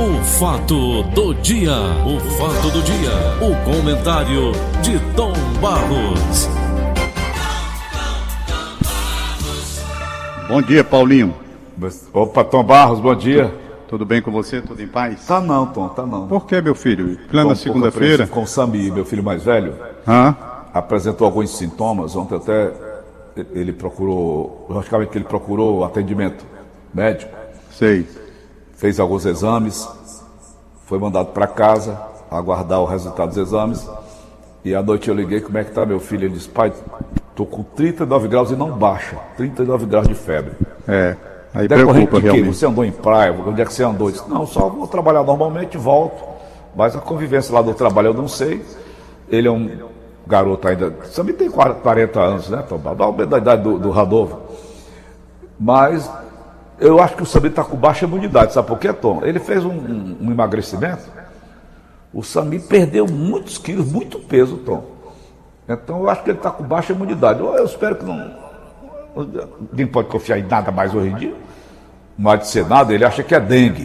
O fato do dia, o fato do dia, o comentário de Tom Barros. Bom dia, Paulinho. Opa, Tom Barros, bom dia. Tudo bem com você? Tudo em paz? Tá não, Tom, tá não. Por que, meu filho? Plena segunda-feira? Com o Sami, meu filho mais velho, apresentou alguns sintomas. Ontem até ele procurou, logicamente que ele procurou atendimento médico. Sei. Fez alguns exames, foi mandado para casa, aguardar o resultado dos exames. E à noite eu liguei, como é que tá meu filho? Ele disse, pai, tô com 39 graus e não baixa, 39 graus de febre. Aí Decorrente preocupa de quê? realmente. Você andou em praia? Onde é que você andou? Eu disse, não, só vou trabalhar normalmente, volto. Mas a convivência lá do trabalho eu não sei. Ele é um garoto ainda, também tem 40 anos, né, Tom? Dá o da idade do Radolfo. Mas eu acho que o Sami está com baixa imunidade, sabe por quê, Tom? Ele fez um emagrecimento, o Sami perdeu muitos quilos, muito peso, Tom. Então eu acho que ele está com baixa imunidade. Eu espero que não... Ninguém pode confiar em nada mais hoje em dia. Não há de ser nada, ele acha que é dengue.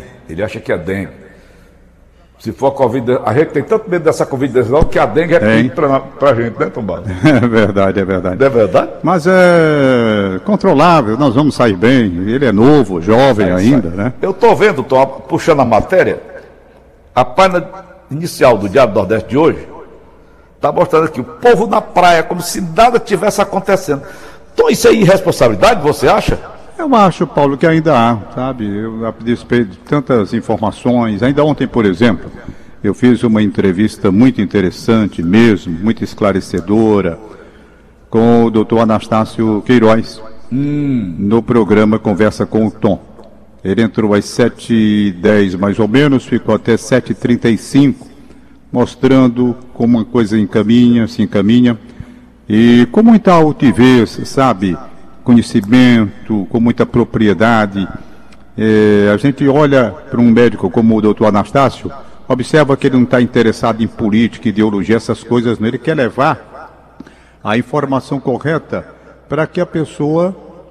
Se for a Covid, a gente tem tanto medo dessa Covid-19 que a dengue é pra gente, né, Tom Barros? É verdade. Não é verdade? Mas é controlável, nós vamos sair bem. Ele é novo, jovem ainda, né? Eu tô vendo, Tom, puxando a matéria, a página inicial do Diário do Nordeste de hoje está mostrando aqui o povo na praia, como se nada tivesse acontecendo. Então isso é irresponsabilidade, você acha? Eu acho, Paulo, que ainda há, sabe? Eu, a despeito de tantas informações, ainda ontem, por exemplo, eu fiz uma entrevista muito interessante mesmo, muito esclarecedora, com o doutor Anastácio Queiroz, no programa Conversa com o Tom. Ele entrou às 7h10 mais ou menos, ficou até 7h35, mostrando como uma coisa se encaminha, e com muita altivez, sabe? Conhecimento, com muita propriedade. A gente olha para um médico como o doutor Anastácio, observa que ele não está interessado em política, ideologia, essas coisas, não. Ele quer levar a informação correta para que a pessoa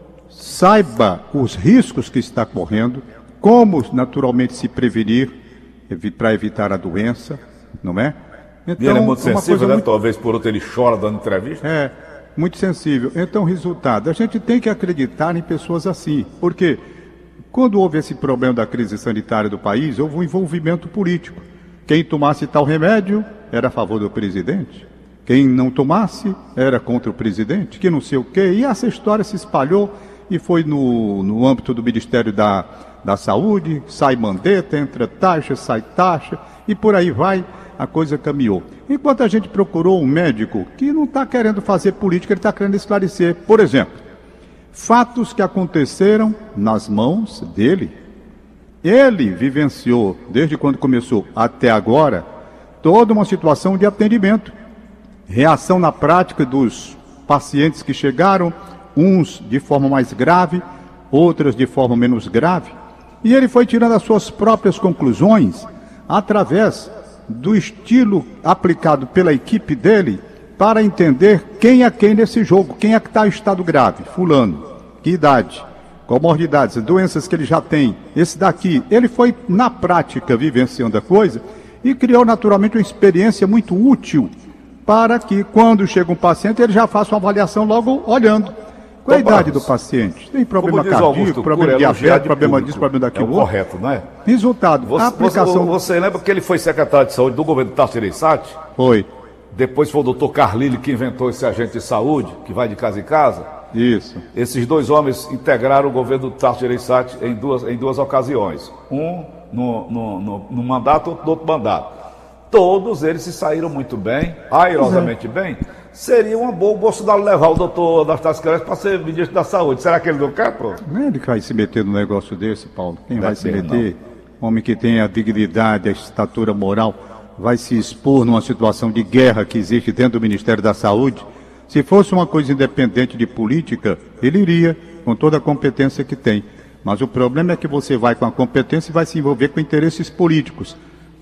saiba os riscos que está correndo, como naturalmente se prevenir para evitar a doença, não é? Então, e ele é muito sensível, né? Talvez por outro ele chora dando entrevista. Muito sensível. Então, resultado, a gente tem que acreditar em pessoas assim, porque quando houve esse problema da crise sanitária do país, houve um envolvimento político. Quem tomasse tal remédio era a favor do presidente, quem não tomasse era contra o presidente, que não sei o quê, e essa história se espalhou e foi no âmbito do Ministério da Saúde, sai mandeta, entra taxa, sai taxa, e por aí vai. A coisa caminhou. Enquanto a gente procurou um médico que não está querendo fazer política, ele está querendo esclarecer. Por exemplo, fatos que aconteceram nas mãos dele. Ele vivenciou, desde quando começou até agora, toda uma situação de atendimento. Reação na prática dos pacientes que chegaram, uns de forma mais grave, outras de forma menos grave. E ele foi tirando as suas próprias conclusões através do estilo aplicado pela equipe dele para entender quem é quem nesse jogo, quem é que está em estado grave, fulano, que idade, comorbidades, doenças que ele já tem, esse daqui. Ele foi, na prática, vivenciando a coisa e criou naturalmente uma experiência muito útil para que, quando chega um paciente, ele já faça uma avaliação logo olhando. Qual é a idade do paciente? Tem problema cardíaco, problema de diabetes, problema disso, problema daquilo. É o correto, não é? Resultado, a aplicação... Você lembra que ele foi secretário de saúde do governo do Tasso Gereissati? Foi. Depois foi o doutor Carlile que inventou esse agente de saúde, que vai de casa em casa. Isso. Esses dois homens integraram o governo do Tasso Gereissati em duas ocasiões. Um no mandato, outro no outro mandato. Todos eles se saíram muito bem, airosamente bem. Seria uma boa o Bolsonaro levar o doutor Anastácio Queiroz para ser ministro da Saúde. Será que ele não quer, pô? Não é ele que vai se meter num negócio desse, Paulo. Quem vai se meter? Homem que tem a dignidade, a estatura moral, vai se expor numa situação de guerra que existe dentro do Ministério da Saúde. Se fosse uma coisa independente de política, ele iria, com toda a competência que tem. Mas o problema é que você vai com a competência e vai se envolver com interesses políticos.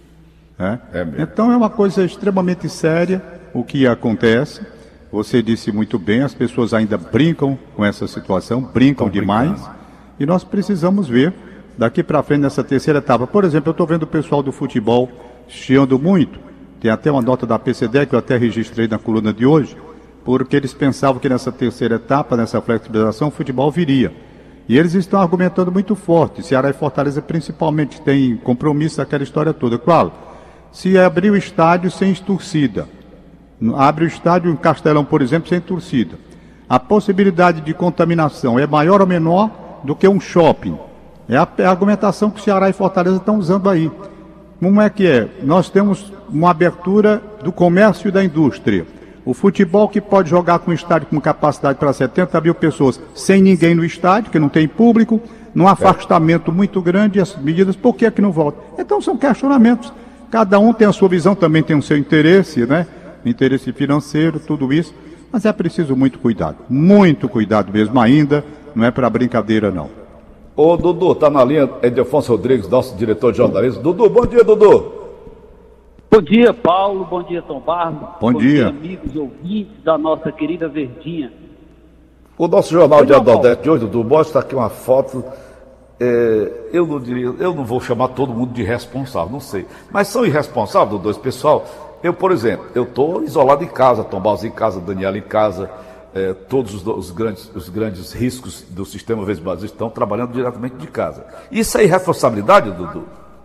Então é uma coisa extremamente séria o que acontece. Você disse muito bem, as pessoas ainda brincam com essa situação, brincam demais, e nós precisamos ver daqui para frente nessa terceira etapa. Por exemplo, eu estou vendo o pessoal do futebol chiando muito. Tem até uma nota da PCD que eu até registrei na coluna de hoje, porque eles pensavam que nessa terceira etapa, nessa flexibilização, o futebol viria. E eles estão argumentando muito forte. Ceará e Fortaleza principalmente têm compromisso daquela história toda. Claro, se abrir o estádio sem torcida, abre o estádio em Castelão, por exemplo, sem torcida, a possibilidade de contaminação é maior ou menor do que um shopping. É a argumentação que o Ceará e Fortaleza estão usando aí. Como é que é? Nós temos uma abertura do comércio e da indústria. O futebol que pode jogar com um estádio com capacidade para 70 mil pessoas sem ninguém no estádio, que não tem público, num afastamento muito grande, as medidas, por que é que não volta? Então são questionamentos. Cada um tem a sua visão, também tem o seu interesse, né? Interesse financeiro, tudo isso. Mas é preciso muito cuidado mesmo ainda, não é para brincadeira não. Ô Dudu, tá na linha Edefonso Rodrigues, nosso diretor de jornalismo. Dudu, bom dia, Dudu. Bom dia, Paulo. Bom dia, Tom Barros. Bom dia, amigos e ouvintes da nossa querida Verdinha. O nosso jornal Dia do Nordeste de hoje, Dudu, mostra aqui uma foto. Eu não vou chamar todo mundo de irresponsável, não sei. Mas são irresponsáveis, Dudu, esse pessoal. Eu, por exemplo, eu estou isolado em casa, Tom Barros em casa, Daniela em casa. Todos os grandes riscos do sistema Vez Brasil estão trabalhando diretamente de casa. Isso é irresponsabilidade, Dudu?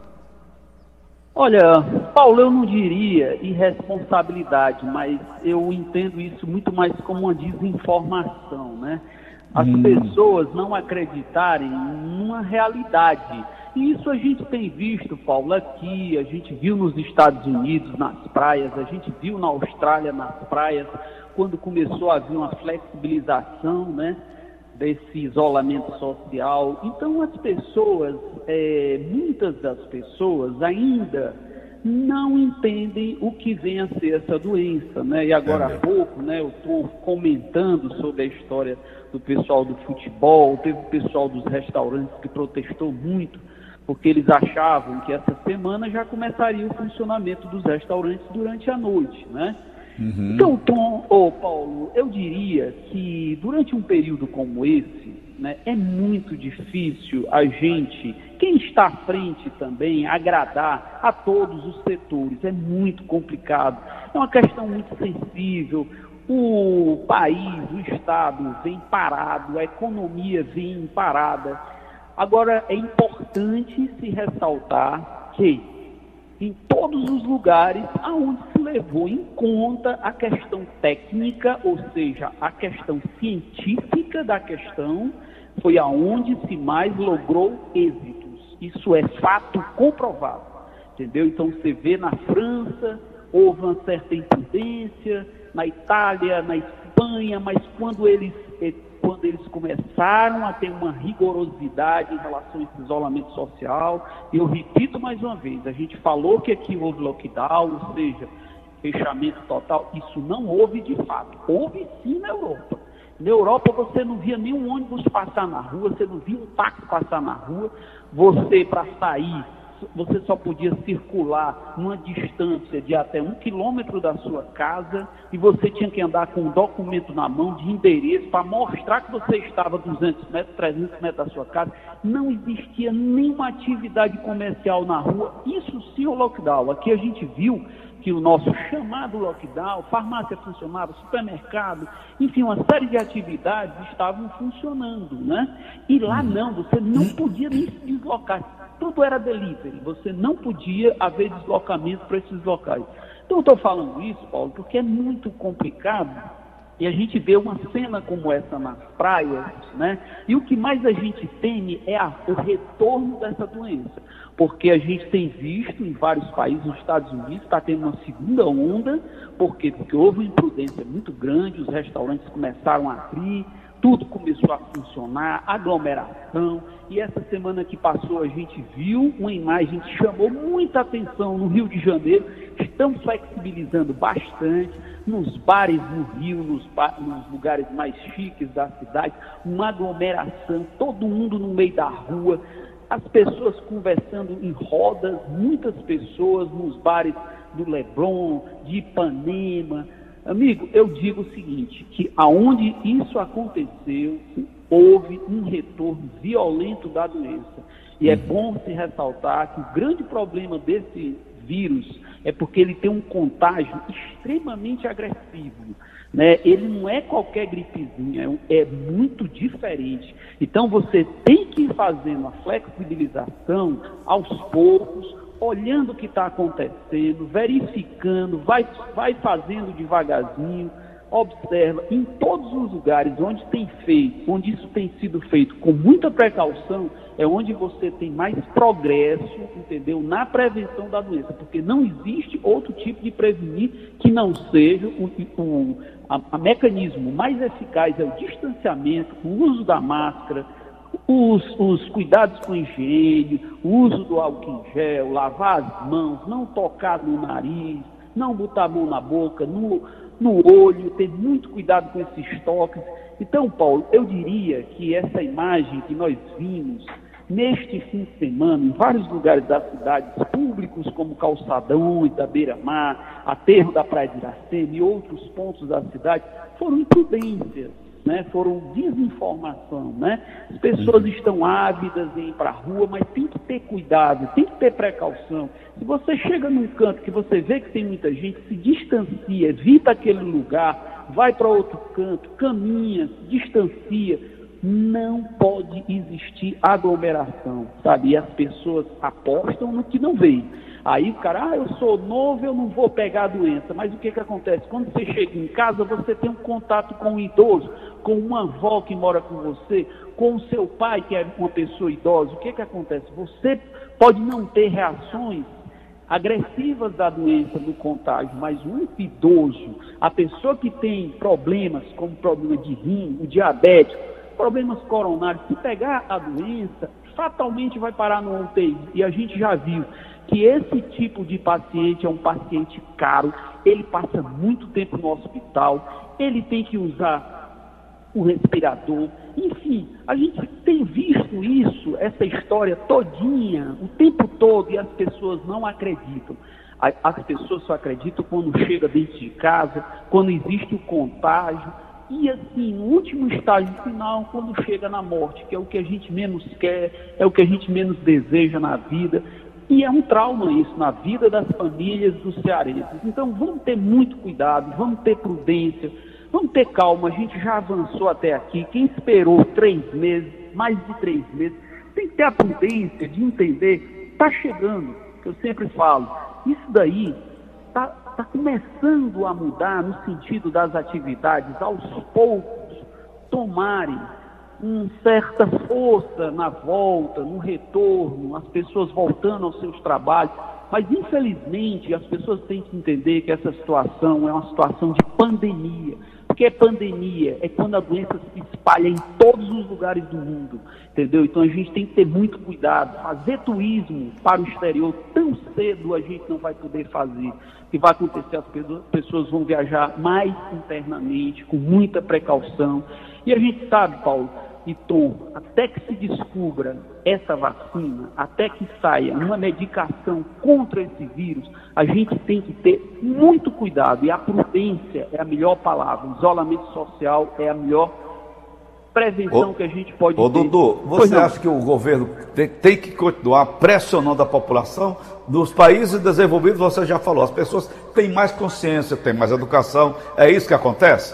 Olha, Paulo, eu não diria irresponsabilidade, mas eu entendo isso muito mais como uma desinformação, né? As pessoas não acreditarem numa realidade. E isso a gente tem visto, Paulo, aqui, a gente viu nos Estados Unidos, nas praias, a gente viu na Austrália, nas praias, quando começou a haver uma flexibilização, né, desse isolamento social. Então as pessoas, muitas das pessoas ainda não entendem o que vem a ser essa doença, né? E agora há pouco, né, eu estou comentando sobre a história do pessoal do futebol, teve o pessoal dos restaurantes que protestou muito, porque eles achavam que essa semana já começaria o funcionamento dos restaurantes durante a noite, né? Então, Paulo, eu diria que durante um período como esse, né, é muito difícil a gente, quem está à frente também, agradar a todos os setores. É muito complicado, é uma questão muito sensível. O país, o Estado vem parado, a economia vem parada. Agora, é importante se ressaltar que em todos os lugares aonde se levou em conta a questão técnica, ou seja, a questão científica da questão, foi aonde se mais logrou êxitos. Isso é fato comprovado, entendeu? Então você vê na França, houve uma certa imprudência, na Itália, na Espanha, mas quando eles começaram a ter uma rigorosidade em relação a esse isolamento social, eu repito mais uma vez, a gente falou que aqui houve lockdown, ou seja, fechamento total, isso não houve de fato, houve sim na Europa. Na Europa você não via nenhum ônibus passar na rua, você não via um táxi passar na rua, você para sair, você só podia circular numa distância de até 1 quilômetro da sua casa e você tinha que andar com um documento na mão de endereço para mostrar que você estava a 200 metros, 300 metros da sua casa. Não existia nenhuma atividade comercial na rua, isso sim o lockdown. Aqui a gente viu que o nosso chamado lockdown, farmácia funcionava, supermercado, enfim, uma série de atividades estavam funcionando, né? E lá não, você não podia nem se deslocar. Tudo era delivery, você não podia haver deslocamento para esses locais. Então eu estou falando isso, Paulo, porque é muito complicado e a gente vê uma cena como essa nas praias, né? E o que mais a gente teme é o retorno dessa doença, porque a gente tem visto em vários países, nos Estados Unidos, está tendo uma segunda onda. Por quê? Porque houve uma imprudência muito grande, os restaurantes começaram a abrir, tudo começou a funcionar, aglomeração, e essa semana que passou a gente viu uma imagem que chamou muita atenção no Rio de Janeiro. Estamos flexibilizando bastante, nos bares no Rio, nos lugares mais chiques da cidade, uma aglomeração, todo mundo no meio da rua, as pessoas conversando em rodas, muitas pessoas nos bares do Leblon, de Ipanema. Amigo, eu digo o seguinte, que aonde isso aconteceu, houve um retorno violento da doença. E é bom se ressaltar que o grande problema desse vírus é porque ele tem um contágio extremamente agressivo, né? Ele não é qualquer gripezinha, é muito diferente. Então você tem que ir fazendo a flexibilização aos poucos, olhando o que está acontecendo, verificando, vai fazendo devagarzinho. Observa em todos os lugares onde isso tem sido feito com muita precaução, é onde você tem mais progresso, entendeu? Na prevenção da doença, porque não existe outro tipo de prevenir que não seja o mecanismo mais eficaz é o distanciamento, o uso da máscara, os cuidados com a higiene, o uso do álcool em gel, lavar as mãos, não tocar no nariz, não botar a mão na boca, no olho, ter muito cuidado com esses toques. Então, Paulo, eu diria que essa imagem que nós vimos neste fim de semana, em vários lugares das cidades públicos, como Calçadões, da Beira-Mar, Aterro da Praia de Iracema e outros pontos da cidade, foram imprudências, né? Foram desinformação, né? As pessoas estão ávidas em ir para a rua, mas tem que ter cuidado, tem que ter precaução. Se você chega num canto que você vê que tem muita gente, se distancia, evita aquele lugar, vai para outro canto, caminha, se distancia. Não pode existir aglomeração, sabe? E as pessoas apostam no que não veem. Aí o cara, eu sou novo, eu não vou pegar a doença. Mas o que acontece? Quando você chega em casa, você tem um contato com um idoso, com uma avó que mora com você, com o seu pai, que é uma pessoa idosa. O que acontece? Você pode não ter reações agressivas da doença, do contágio, mas um idoso, a pessoa que tem problemas, como problema de rim, o diabético, problemas coronários, se pegar a doença, fatalmente vai parar no UTI. E a gente já viu que esse tipo de paciente é um paciente caro, ele passa muito tempo no hospital, ele tem que usar o respirador. Enfim, a gente tem visto isso, essa história todinha, o tempo todo, e as pessoas não acreditam. As pessoas só acreditam quando chega dentro de casa, quando existe o contágio, e assim, no último estágio final, quando chega na morte, que é o que a gente menos quer, é o que a gente menos deseja na vida. E é um trauma isso na vida das famílias dos cearenses. Então vamos ter muito cuidado, vamos ter prudência, vamos ter calma. A gente já avançou até aqui. Quem esperou 3 meses, mais de 3 meses, tem que ter a prudência de entender, está chegando, que eu sempre falo, isso daí está começando a mudar no sentido das atividades, aos poucos, tomarem uma certa força na volta, no retorno, as pessoas voltando aos seus trabalhos. Mas, infelizmente, as pessoas têm que entender que essa situação é uma situação de pandemia. O que é pandemia? É quando a doença se espalha em todos os lugares do mundo, entendeu? Então a gente tem que ter muito cuidado. Fazer turismo para o exterior tão cedo a gente não vai poder fazer. O que vai acontecer? As pessoas vão viajar mais internamente, com muita precaução. E a gente sabe, Paulo e Tom, até que se descubra essa vacina, até que saia uma medicação contra esse vírus, a gente tem que ter muito cuidado, e a prudência é a melhor palavra, o isolamento social é a melhor prevenção que a gente pode ter. Dudu, você acha que o governo tem que continuar pressionando a população? Nos países desenvolvidos, você já falou, as pessoas têm mais consciência, têm mais educação, é isso que acontece?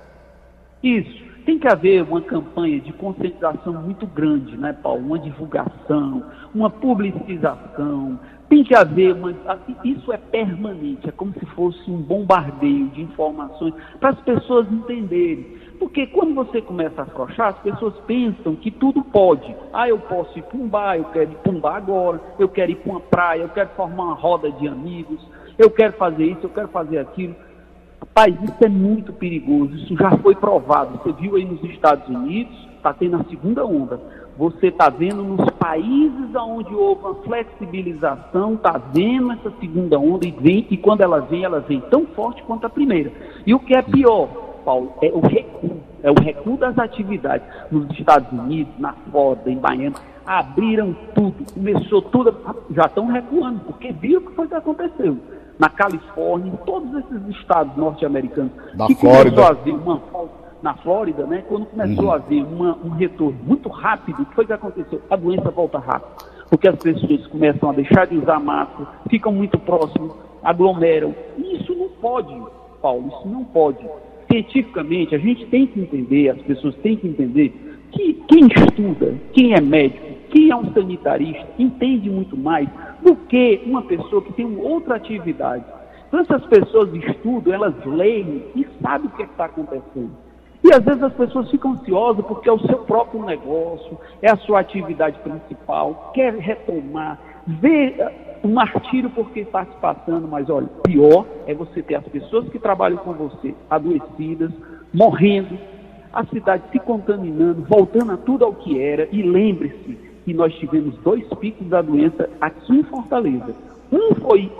Isso. Tem que haver uma campanha de conscientização muito grande, né, Paulo? Uma divulgação, uma publicização. Tem que haver isso é permanente, é como se fosse um bombardeio de informações para as pessoas entenderem. Porque quando você começa a afrouxar, as pessoas pensam que tudo pode. Eu posso ir para um bar, eu quero ir para um bar agora, eu quero ir para uma praia, eu quero formar uma roda de amigos, eu quero fazer isso, eu quero fazer aquilo. Rapaz, isso é muito perigoso, isso já foi provado. Você viu aí nos Estados Unidos, está tendo a segunda onda. Você está vendo nos países onde houve uma flexibilização, está vendo essa segunda onda e quando ela vem tão forte quanto a primeira. E o que é pior, Paulo, é o recuo das atividades. Nos Estados Unidos, na Flórida, em Miami, abriram tudo, começou tudo, já estão recuando, porque viram o que foi que aconteceu. Na Califórnia, em todos esses estados norte-americanos, que começou a haver na Flórida, né, quando começou a haver um retorno muito rápido, o que foi que aconteceu? A doença volta rápido. porque as pessoas começam a deixar de usar máscara, ficam muito próximos, aglomeram. E isso não pode, Paulo, isso não pode. Cientificamente, a gente tem que entender, as pessoas têm que entender que quem estuda, quem é médico, quem é um sanitarista, entende muito mais do que uma pessoa que tem outra atividade. Então, essas pessoas estudam, elas leem e sabem o que está acontecendo. E às vezes as pessoas ficam ansiosas porque é o seu próprio negócio, é a sua atividade principal, quer retomar, vê o martírio porque está se passando, mas olha, pior é você ter as pessoas que trabalham com você adoecidas, morrendo, a cidade se contaminando, voltando a tudo ao que era. E lembre-se que nós tivemos 2 picos da doença aqui em Fortaleza. Um foi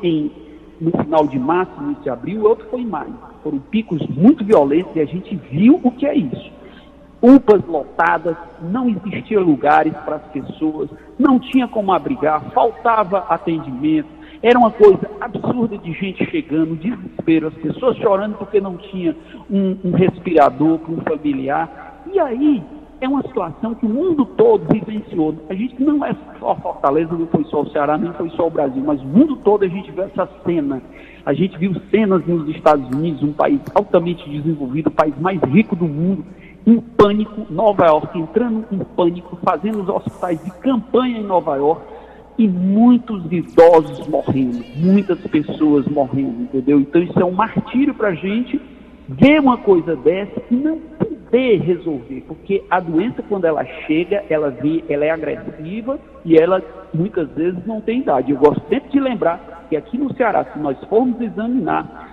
no final de março, início de abril, o outro foi em maio. Foram picos muito violentos e a gente viu o que é isso. UPAs lotadas, não existia lugares para as pessoas, não tinha como abrigar, faltava atendimento, era uma coisa absurda de gente chegando, desespero, as pessoas chorando porque não tinha um respirador para um familiar. E aí é uma situação que o mundo todo vivenciou. A gente não é só Fortaleza, não foi só o Ceará, nem foi só o Brasil, mas o mundo todo a gente viu essa cena. A gente viu cenas nos Estados Unidos, um país altamente desenvolvido, o país mais rico do mundo, em pânico, Nova York entrando em pânico, fazendo os hospitais de campanha em Nova York, e muitos idosos morrendo, muitas pessoas morrendo, entendeu? Então isso é um martírio para a gente ver uma coisa dessa e não poder resolver, porque a doença, quando ela chega, ela é agressiva e ela muitas vezes não tem idade. Eu gosto sempre de lembrar que aqui no Ceará, se nós formos examinar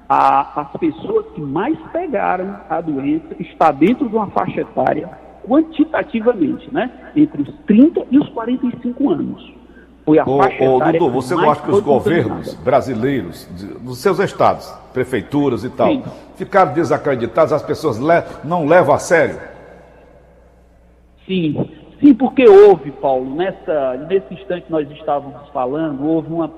as pessoas que mais pegaram a doença, está dentro de uma faixa etária, quantitativamente, né? Entre os 30 e os 45 anos. Foi a faixa etária. Dudu, você não acha que os governos brasileiros, dos seus estados, prefeituras e tal, sim, ficaram desacreditados, as pessoas não levam a sério? Sim, porque houve, Paulo, nesse instante que nós estávamos falando, houve uma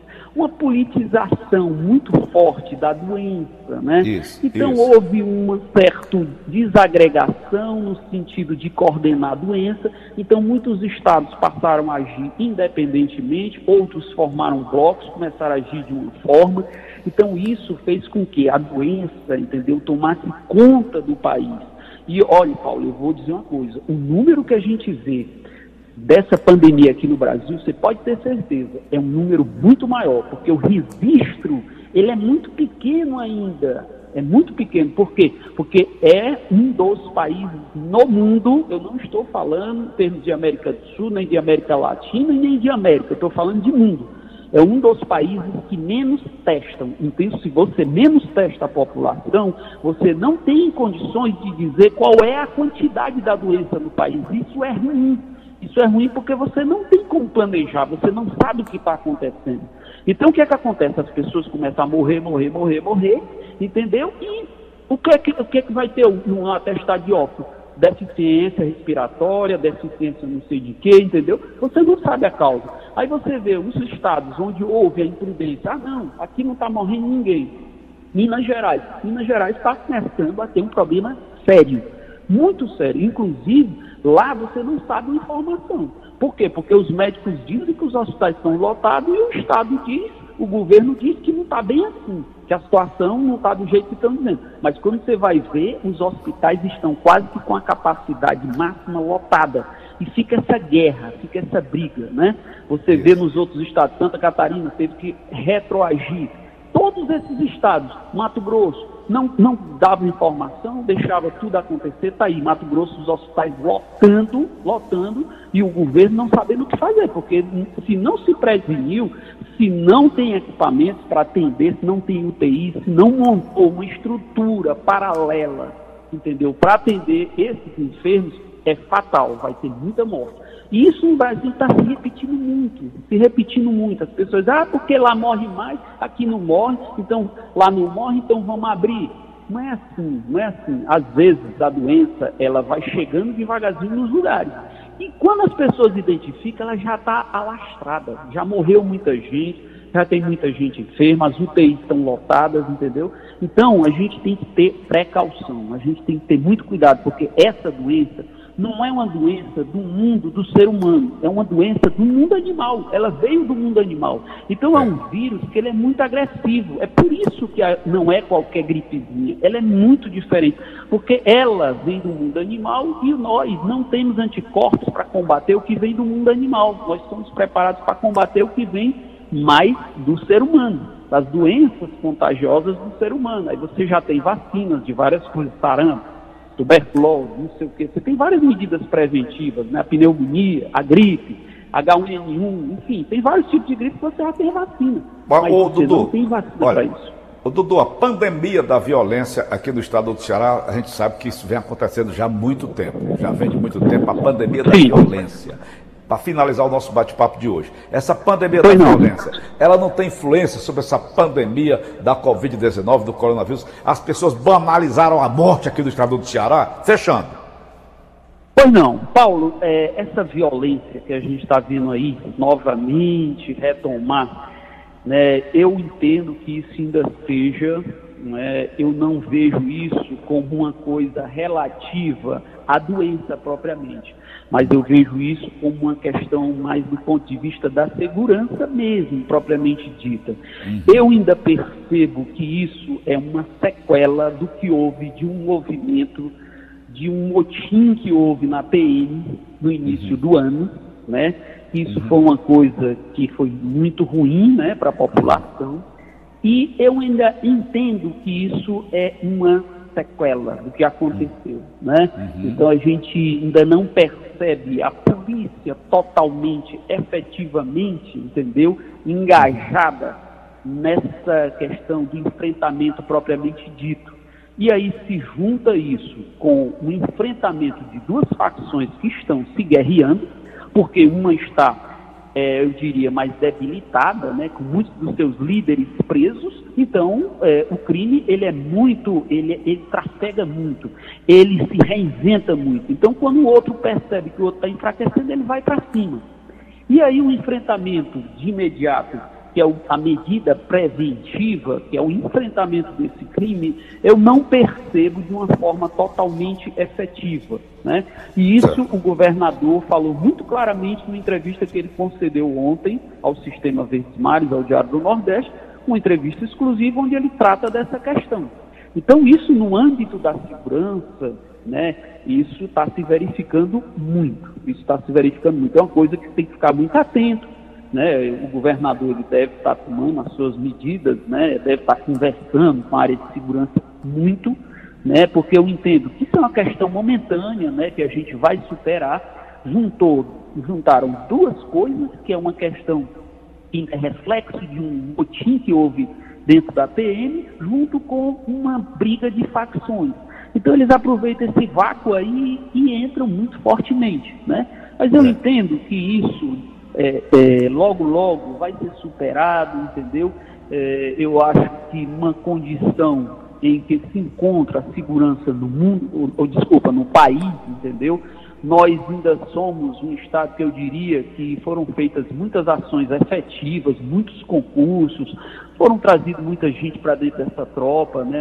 politização muito forte da doença, né? Então houve uma certa desagregação no sentido de coordenar a doença. Então muitos estados passaram a agir independentemente, outros formaram blocos, começaram a agir de uma forma. Então isso fez com que a doença, entendeu, tomasse conta do país. E olha, Paulo, eu vou dizer uma coisa, o número que a gente vê dessa pandemia aqui no Brasil, você pode ter certeza, é um número muito maior, porque o registro, ele é muito pequeno ainda, é muito pequeno. Por quê? Porque é um dos países no mundo, eu não estou falando em termos de América do Sul, nem de América Latina, nem de América, eu estou falando de mundo. É um dos países que menos testam. Então, se você menos testa a população, você não tem condições de dizer qual é a quantidade da doença no país. Isso é ruim. Isso é ruim porque você não tem como planejar, você não sabe o que está acontecendo. Então, o que é que acontece? As pessoas começam a morrer, entendeu? E o que é que vai ter um atestado de óbito? Deficiência respiratória, deficiência não sei de quê, entendeu? Você não sabe a causa. Aí você vê os estados onde houve a imprudência. Ah, não, aqui não está morrendo ninguém. Minas Gerais está começando a ter um problema sério, muito sério. Inclusive, lá você não sabe a informação. Por quê? Porque os médicos dizem que os hospitais estão lotados e o Estado diz, o governo diz que não está bem assim, que a situação não está do jeito que estão dizendo. Mas quando você vai ver, os hospitais estão quase que com a capacidade máxima lotada. E fica essa guerra, fica essa briga, né? Você vê nos outros estados, Santa Catarina teve que retroagir. Todos esses estados, Mato Grosso, não davam informação, deixava tudo acontecer. Está aí, Mato Grosso, os hospitais lotando, e o governo não sabendo o que fazer, porque se não se preveniu, se não tem equipamentos para atender, se não tem UTI, se não montou uma estrutura paralela, entendeu, para atender esses enfermos, é fatal, vai ter muita morte. E isso no Brasil está se repetindo muito. As pessoas, porque lá morre mais, aqui não morre, então lá não morre, então vamos abrir. Não é assim. Às vezes a doença, ela vai chegando devagarzinho nos lugares. E quando as pessoas identificam, ela já está alastrada, já morreu muita gente, já tem muita gente enferma, as UTIs estão lotadas, entendeu? Então a gente tem que ter precaução, a gente tem que ter muito cuidado, porque essa doença não é uma doença do mundo do ser humano, é uma doença do mundo animal, ela veio do mundo animal. Então é um vírus que ele é muito agressivo, é por isso que não é qualquer gripezinha, ela é muito diferente, porque ela vem do mundo animal e nós não temos anticorpos para combater o que vem do mundo animal, nós estamos preparados para combater o que vem mais do ser humano, das doenças contagiosas do ser humano. Aí você já tem vacinas de várias coisas, sarampo, tuberculose, não sei o quê. Você tem várias medidas preventivas, né? A pneumonia, a gripe, H1N1, enfim, tem vários tipos de gripe que você já tem vacina. Mas você Dudu, não tem vacina para isso. Dudu, a pandemia da violência aqui no estado do Ceará, a gente sabe que isso vem acontecendo já há muito tempo. Já vem de muito tempo a pandemia da violência. Para finalizar o nosso bate-papo de hoje, essa pandemia da violência, ela não tem influência sobre essa pandemia da Covid-19, do coronavírus? As pessoas banalizaram a morte aqui no estado do Ceará? Fechando. Pois não, Paulo, essa violência que a gente está vendo aí, novamente, retomar, né, eu entendo que isso ainda seja, né, eu não vejo isso como uma coisa relativa à doença propriamente. Mas eu vejo isso como uma questão mais do ponto de vista da segurança mesmo, propriamente dita. Eu ainda percebo que isso é uma sequela do que houve de um movimento, de um motim que houve na PM no início do ano, né? Isso foi uma coisa que foi muito ruim, né, para a população. E eu ainda entendo que isso é uma sequela do que aconteceu, né? Então a gente ainda não percebe a polícia totalmente, efetivamente, entendeu? Engajada nessa questão do enfrentamento propriamente dito. E aí se junta isso com o enfrentamento de duas facções que estão se guerreando, porque uma está, eu diria, mais debilitada, né, com muitos dos seus líderes presos. Então, o crime, ele é muito, ele trafega muito, ele se reinventa muito. Então, quando o outro percebe que o outro está enfraquecendo, ele vai para cima. E aí o enfrentamento de imediato, que é a medida preventiva, que é o enfrentamento desse crime, eu não percebo de uma forma totalmente efetiva, né? E isso o governador falou muito claramente numa entrevista que ele concedeu ontem ao Sistema Verdes Mares, ao Diário do Nordeste, uma entrevista exclusiva onde ele trata dessa questão. Então isso no âmbito da segurança, né, isso está se verificando muito, é uma coisa que tem que ficar muito atento, né? O governador ele deve estar tomando as suas medidas, né? Deve estar conversando com a área de segurança muito, né? Porque eu entendo que isso é uma questão momentânea, né? Que a gente vai superar. Juntaram duas coisas, que é uma questão que é reflexo de um motim que houve dentro da PM, junto com uma briga de facções. Então eles aproveitam esse vácuo aí e entram muito fortemente, né? Mas eu entendo que isso logo vai ser superado, entendeu? Eu acho que uma condição em que se encontra a segurança no mundo, no país, entendeu? Nós ainda somos um estado que eu diria que foram feitas muitas ações efetivas, muitos concursos, foram trazidos muita gente para dentro dessa tropa, né?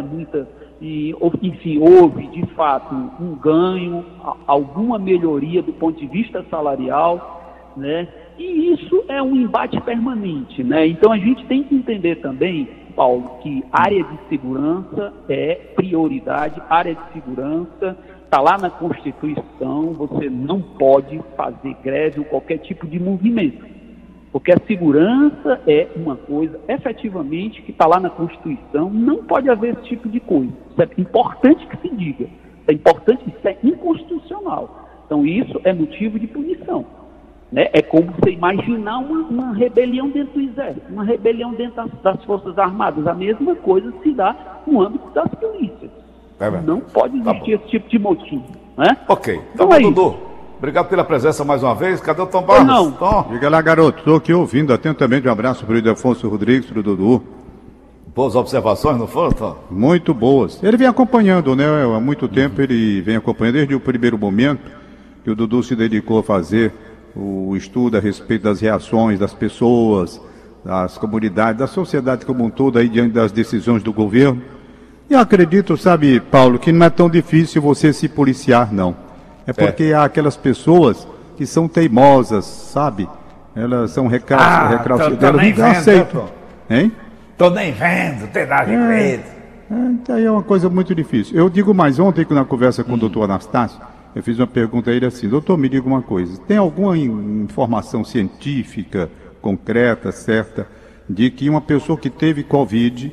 Enfim, houve de fato um ganho, alguma melhoria do ponto de vista salarial, né? E isso é um embate permanente, né? Então a gente tem que entender também, Paulo, que área de segurança é prioridade, área de segurança está lá na Constituição, você não pode fazer greve ou qualquer tipo de movimento, porque a segurança é uma coisa, efetivamente, que está lá na Constituição, não pode haver esse tipo de coisa. Isso é importante que se diga, é importante, isso é inconstitucional. Então isso é motivo de punição. Né? É como você imaginar uma rebelião dentro do exército, uma rebelião dentro das Forças Armadas. A mesma coisa se dá no âmbito das polícias. Não pode existir esse tipo de motivo. Né? Ok. Então, Dudu, obrigado pela presença mais uma vez. Cadê o Tom Barros? Não. Tom. Diga lá, garoto. Estou aqui ouvindo atentamente. Um abraço para o Ildefonso Rodrigues, para o Dudu. Boas observações, não foram, Tom? Muito boas. Ele vem acompanhando, né? Há muito tempo ele vem acompanhando, desde o primeiro momento que o Dudu se dedicou a fazer o estudo a respeito das reações das pessoas, das comunidades, da sociedade como um todo aí diante das decisões do governo. E eu acredito, sabe, Paulo, que não é tão difícil você se policiar, não. É porque há aquelas pessoas que são teimosas, sabe? Elas são recalcitrantes, elas não aceitam. Hein? Tô nem vendo, tem nada de medo. Então é uma coisa muito difícil. Eu digo mais, ontem na conversa com o doutor Anastácio, eu fiz uma pergunta a ele assim: doutor, me diga uma coisa, tem alguma informação científica, concreta, certa, de que uma pessoa que teve Covid,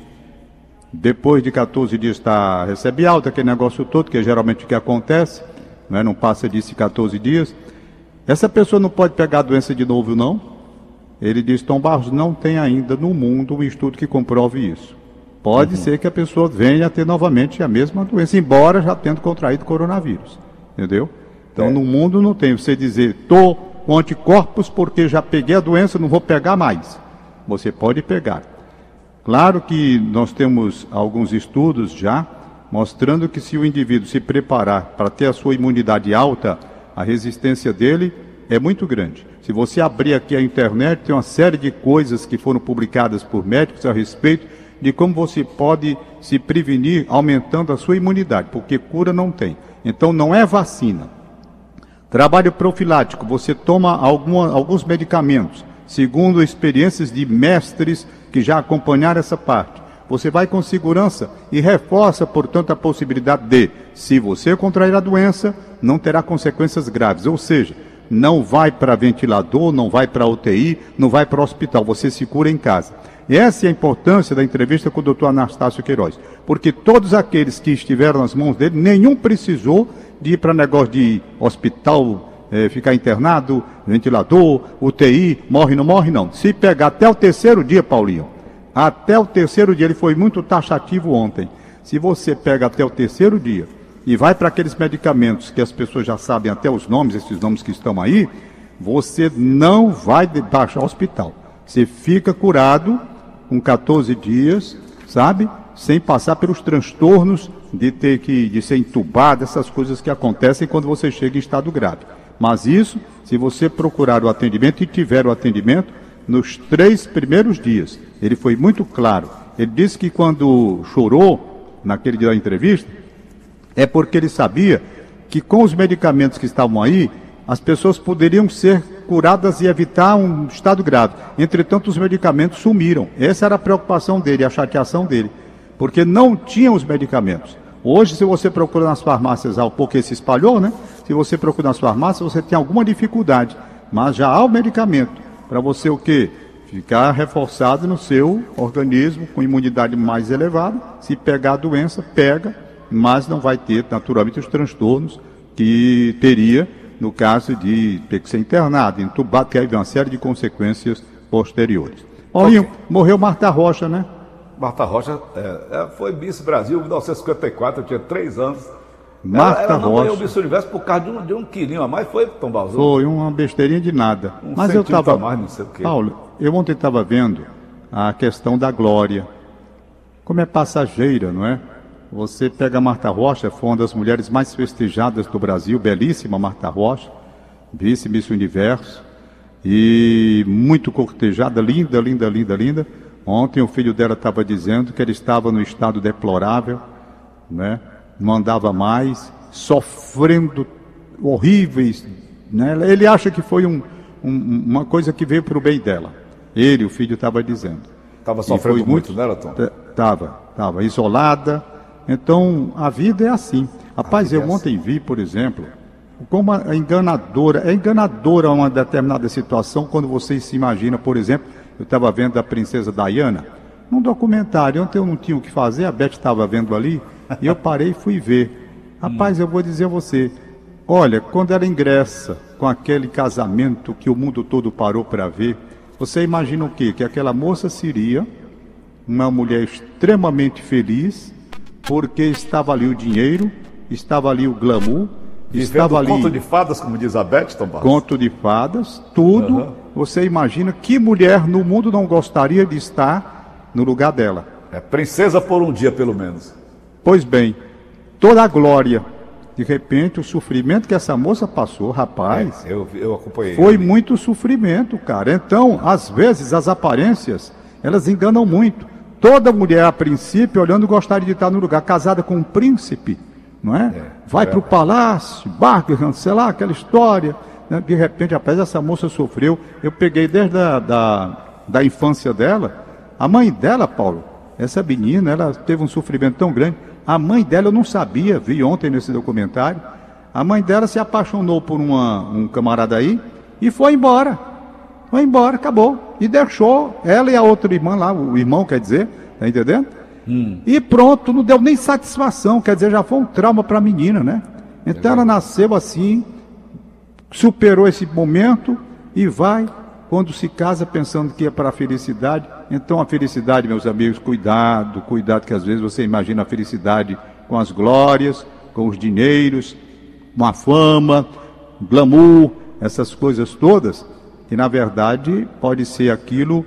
depois de 14 dias recebe alta, aquele negócio todo, que é geralmente o que acontece, não passa disso em 14 dias, essa pessoa não pode pegar a doença de novo, não? Ele diz: Tom Barros, não tem ainda no mundo um estudo que comprove isso. Pode ser que a pessoa venha a ter novamente a mesma doença, embora já tendo contraído coronavírus. Entendeu? Então, no mundo não tem você dizer: estou com anticorpos porque já peguei a doença, não vou pegar mais. Você pode pegar. Claro que nós temos alguns estudos já mostrando que se o indivíduo se preparar para ter a sua imunidade alta, a resistência dele é muito grande. Se você abrir aqui a internet, tem uma série de coisas que foram publicadas por médicos a respeito de como você pode se prevenir aumentando a sua imunidade, porque cura não tem. Então não é vacina. Trabalho profilático, você toma alguns medicamentos, segundo experiências de mestres que já acompanharam essa parte. Você vai com segurança e reforça, portanto, a possibilidade de, se você contrair a doença, não terá consequências graves. Ou seja, não vai para ventilador, não vai para UTI, não vai para o hospital, você se cura em casa. E essa é a importância da entrevista com o doutor Anastácio Queiroz, porque todos aqueles que estiveram nas mãos dele, nenhum precisou de ir para negócio de hospital, ficar internado, ventilador, UTI, morre, não. Se pegar até o 3º dia, Paulinho, até o 3º dia, ele foi muito taxativo ontem, se você pega até o 3º dia e vai para aqueles medicamentos que as pessoas já sabem até os nomes, esses nomes que estão aí, você não vai baixar ao hospital. Você fica curado com 14 dias, sabe? Sem passar pelos transtornos de ser entubado, essas coisas que acontecem quando você chega em estado grave. Mas isso, se você procurar o atendimento e tiver o atendimento, nos 3 primeiros dias. Ele foi muito claro. Ele disse que quando chorou, naquele dia da entrevista, é porque ele sabia que com os medicamentos que estavam aí, as pessoas poderiam ser curadas e evitar um estado grave. Entretanto, os medicamentos sumiram. Essa era a preocupação dele, a chateação dele, porque não tinham os medicamentos. Hoje, se você procura nas farmácias, porque se espalhou, né? Se você procura nas farmácias, você tem alguma dificuldade, mas já há o medicamento para você o quê? Ficar reforçado no seu organismo, com imunidade mais elevada. Se pegar a doença, pega, mas não vai ter, naturalmente, os transtornos que teria no caso de ter que ser internado, entubado, que aí vem uma série de consequências posteriores. Paulinho, morreu Marta Rocha, né? Marta Rocha foi Miss Brasil em 1954, eu tinha 3 anos. Marta Rocha. Ela não ganhou o Rocha. Miss Universo por causa de um quilinho a mais, foi, Tom Barros? Foi uma besteirinha de nada. Mas eu estava, Paulo, eu ontem estava vendo a questão da glória. Como é passageira, não é? Você pega a Marta Rocha, foi uma das mulheres mais festejadas do Brasil, belíssima Marta Rocha, vice-Miss Universo, e muito cortejada, linda. Ontem o filho dela estava dizendo que ela estava no estado deplorável, né? Não andava mais, sofrendo horríveis, né? Ele acha que foi uma coisa que veio para o bem dela. Ele, o filho, estava dizendo. Estava sofrendo muito, né, Tom? Estava isolada. Então, a vida é assim. Rapaz, eu ontem vi, por exemplo, como é enganadora uma determinada situação quando você se imagina, por exemplo, eu estava vendo a princesa Diana, num documentário, ontem eu não tinha o que fazer, a Beth estava vendo ali, e eu parei e fui ver. Rapaz, eu vou dizer a você, olha, quando ela ingressa com aquele casamento que o mundo todo parou para ver, você imagina o quê? Que aquela moça seria uma mulher extremamente feliz, porque estava ali o dinheiro, estava ali o glamour, estava ali... conto de fadas, como diz a Beth, Tom Barros. Conto de fadas, tudo. Você imagina que mulher no mundo não gostaria de estar no lugar dela. É princesa por um dia, pelo menos. Pois bem, toda a glória, de repente, o sofrimento que essa moça passou, rapaz... Eu acompanhei. Foi muito sofrimento, cara. Então, às vezes, as aparências, elas enganam muito. Toda mulher, a princípio, olhando, gostaria de estar no lugar, casada com um príncipe, não é? Vai para o palácio, barco, sei lá, aquela história. Né? De repente, rapaz, essa moça sofreu. Eu peguei desde da infância dela. A mãe dela, Paulo, essa menina, ela teve um sofrimento tão grande. A mãe dela, eu não sabia, vi ontem nesse documentário. A mãe dela se apaixonou por um camarada aí e foi embora. Foi embora, acabou. E deixou ela e a outra irmã lá, o irmão, quer dizer, tá entendendo? E pronto, não deu nem satisfação, quer dizer, já foi um trauma para a menina, né? Então ela nasceu assim, superou esse momento e vai, quando se casa, pensando que é para a felicidade. Então a felicidade, meus amigos, cuidado, que às vezes você imagina a felicidade com as glórias, com os dinheiros, com a fama, glamour, essas coisas todas, que na verdade pode ser aquilo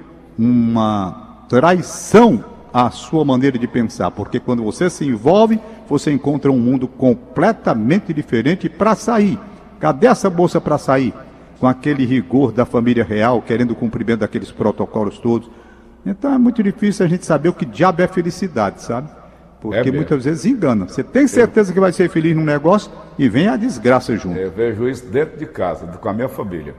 uma traição à sua maneira de pensar, porque quando você se envolve, você encontra um mundo completamente diferente. Para sair, cadê essa moça para sair? Com aquele rigor da família real, querendo o cumprimento daqueles protocolos todos. Então é muito difícil a gente saber o que diabo é felicidade, sabe? Porque muitas vezes engana. Você tem certeza que vai ser feliz num negócio e vem a desgraça junto. Eu vejo isso dentro de casa, com a minha família.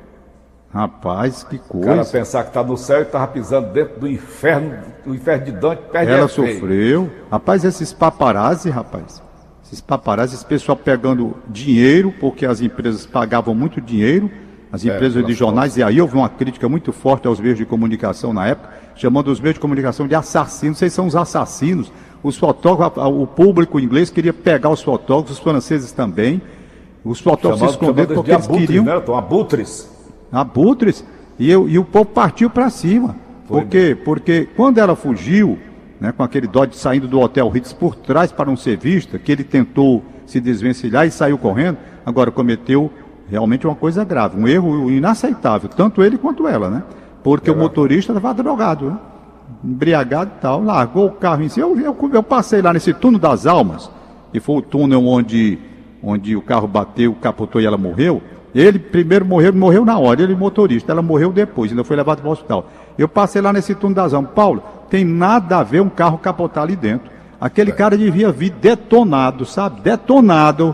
Rapaz, que coisa. O cara pensar que está no céu e estava pisando dentro do inferno de Dante, perde ela sofreu. Rapaz, esses paparazzi, esses paparazzi, esse pessoal pegando dinheiro, porque as empresas pagavam muito dinheiro, as empresas de jornais, e aí houve uma crítica muito forte aos meios de comunicação na época, chamando os meios de comunicação de assassinos. Vocês são os assassinos. Os fotógrafos, o público inglês queria pegar os fotógrafos, os franceses também. Os fotógrafos se esconderam porque eles queriam... Né? Abutres. Abutres, e o povo partiu para cima. Por quê? Porque quando ela fugiu, né, com aquele Dodge saindo do Hotel Ritz por trás para não ser vista, que ele tentou se desvencilhar e saiu correndo, agora cometeu realmente uma coisa grave, um erro inaceitável, tanto ele quanto ela, né? Porque o motorista estava drogado, né? Embriagado e tal, largou o carro em si. Eu passei lá nesse túnel das almas, que foi o túnel onde o carro bateu, capotou e ela morreu. Ele primeiro morreu na hora, ele motorista, ela morreu depois, ainda foi levado para o hospital. Eu passei lá nesse túnel das almas. Paulo, tem nada a ver um carro capotar ali dentro. Aquele cara devia vir detonado, sabe? Detonado,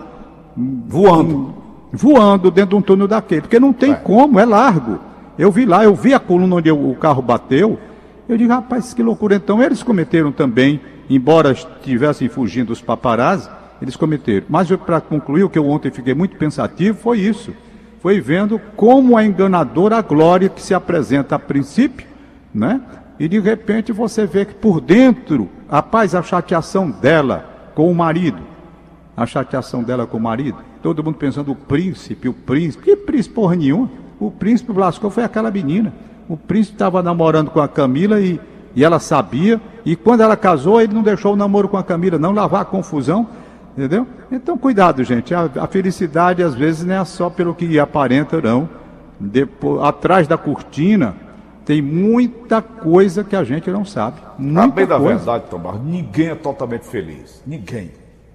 voando dentro de um túnel daquele, porque não tem como, é largo. Eu vi lá, eu vi a coluna onde o carro bateu, eu digo, rapaz, que loucura. Então eles cometeram também, embora estivessem fugindo dos paparazzi, eles cometeram. Mas para concluir, o que eu ontem fiquei muito pensativo foi isso. Foi vendo como é enganadora a glória que se apresenta a princípio, né? E de repente você vê que por dentro, rapaz, a chateação dela com o marido. A chateação dela com o marido. Todo mundo pensando, o príncipe. Que príncipe porra nenhuma? O príncipe lascou foi aquela menina. O príncipe estava namorando com a Camila e ela sabia. E quando ela casou, ele não deixou o namoro com a Camila, não, lavar a confusão. Entendeu? Então, cuidado, gente. A felicidade, às vezes, não é só pelo que aparenta, não. Atrás da cortina, tem muita coisa que a gente não sabe. A bem da verdade, Tomás, ninguém é totalmente feliz. Ninguém.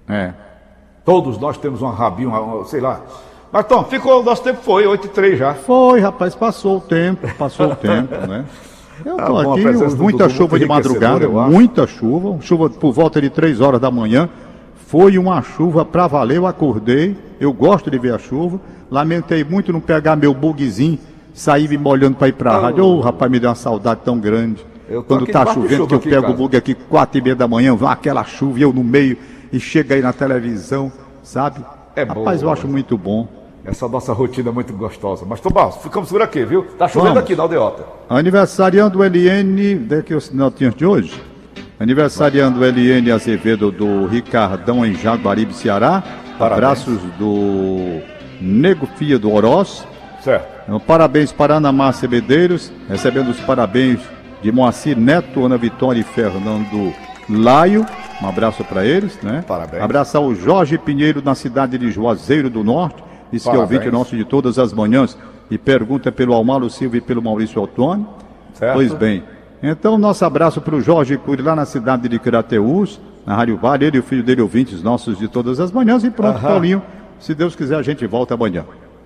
Todos nós temos uma rabinha, sei lá. Mas, Tom, ficou, o nosso tempo foi 8h03 já. Foi, rapaz, passou o tempo, né? Eu estou aqui, muita chuva de madrugada, muita chuva por volta de 3 horas da manhã. Foi uma chuva pra valer, eu acordei, eu gosto de ver a chuva, lamentei muito não pegar meu bugzinho, sair me molhando para ir pra rádio. Rapaz, me deu uma saudade tão grande. Quando tá chovendo, que eu pego o bug aqui 4h30 da manhã, vai aquela chuva e eu no meio, e chega aí na televisão, sabe? Rapaz, eu acho muito bom. Essa nossa rotina é muito gostosa. Mas, Tomás, ficamos por aqui, viu? Tá chovendo aqui na Aldeota. Aniversariando Eliane, daqui os notinhos de hoje. Aniversariando Eliane Azevedo do Ricardão em Jaguaribe, Ceará. Parabéns. Abraços do Nego Fia do Oroz. Certo. Parabéns para Ana Márcia Medeiros, recebendo os parabéns de Moacir Neto, Ana Vitória e Fernando Laio. Um abraço para eles, né? Parabéns. Abraçar o Jorge Pinheiro na cidade de Juazeiro do Norte. Diz que é ouvinte nosso de todas as manhãs e pergunta pelo Almalo Silva e pelo Maurício Ottoni. Certo. Pois bem. Então, nosso abraço para o Jorge Cury, lá na cidade de Crateús, na Rádio Vale, ele e o filho dele, ouvintes nossos de todas as manhãs. E pronto, Paulinho, se Deus quiser, a gente volta amanhã.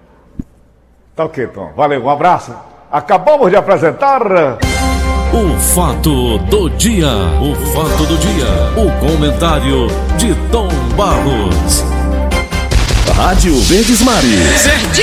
Tá ok, Tom. Valeu, um abraço. Acabamos de apresentar... O fato do dia. O fato do dia. O comentário de Tom Barros. Rádio Verdes Mares.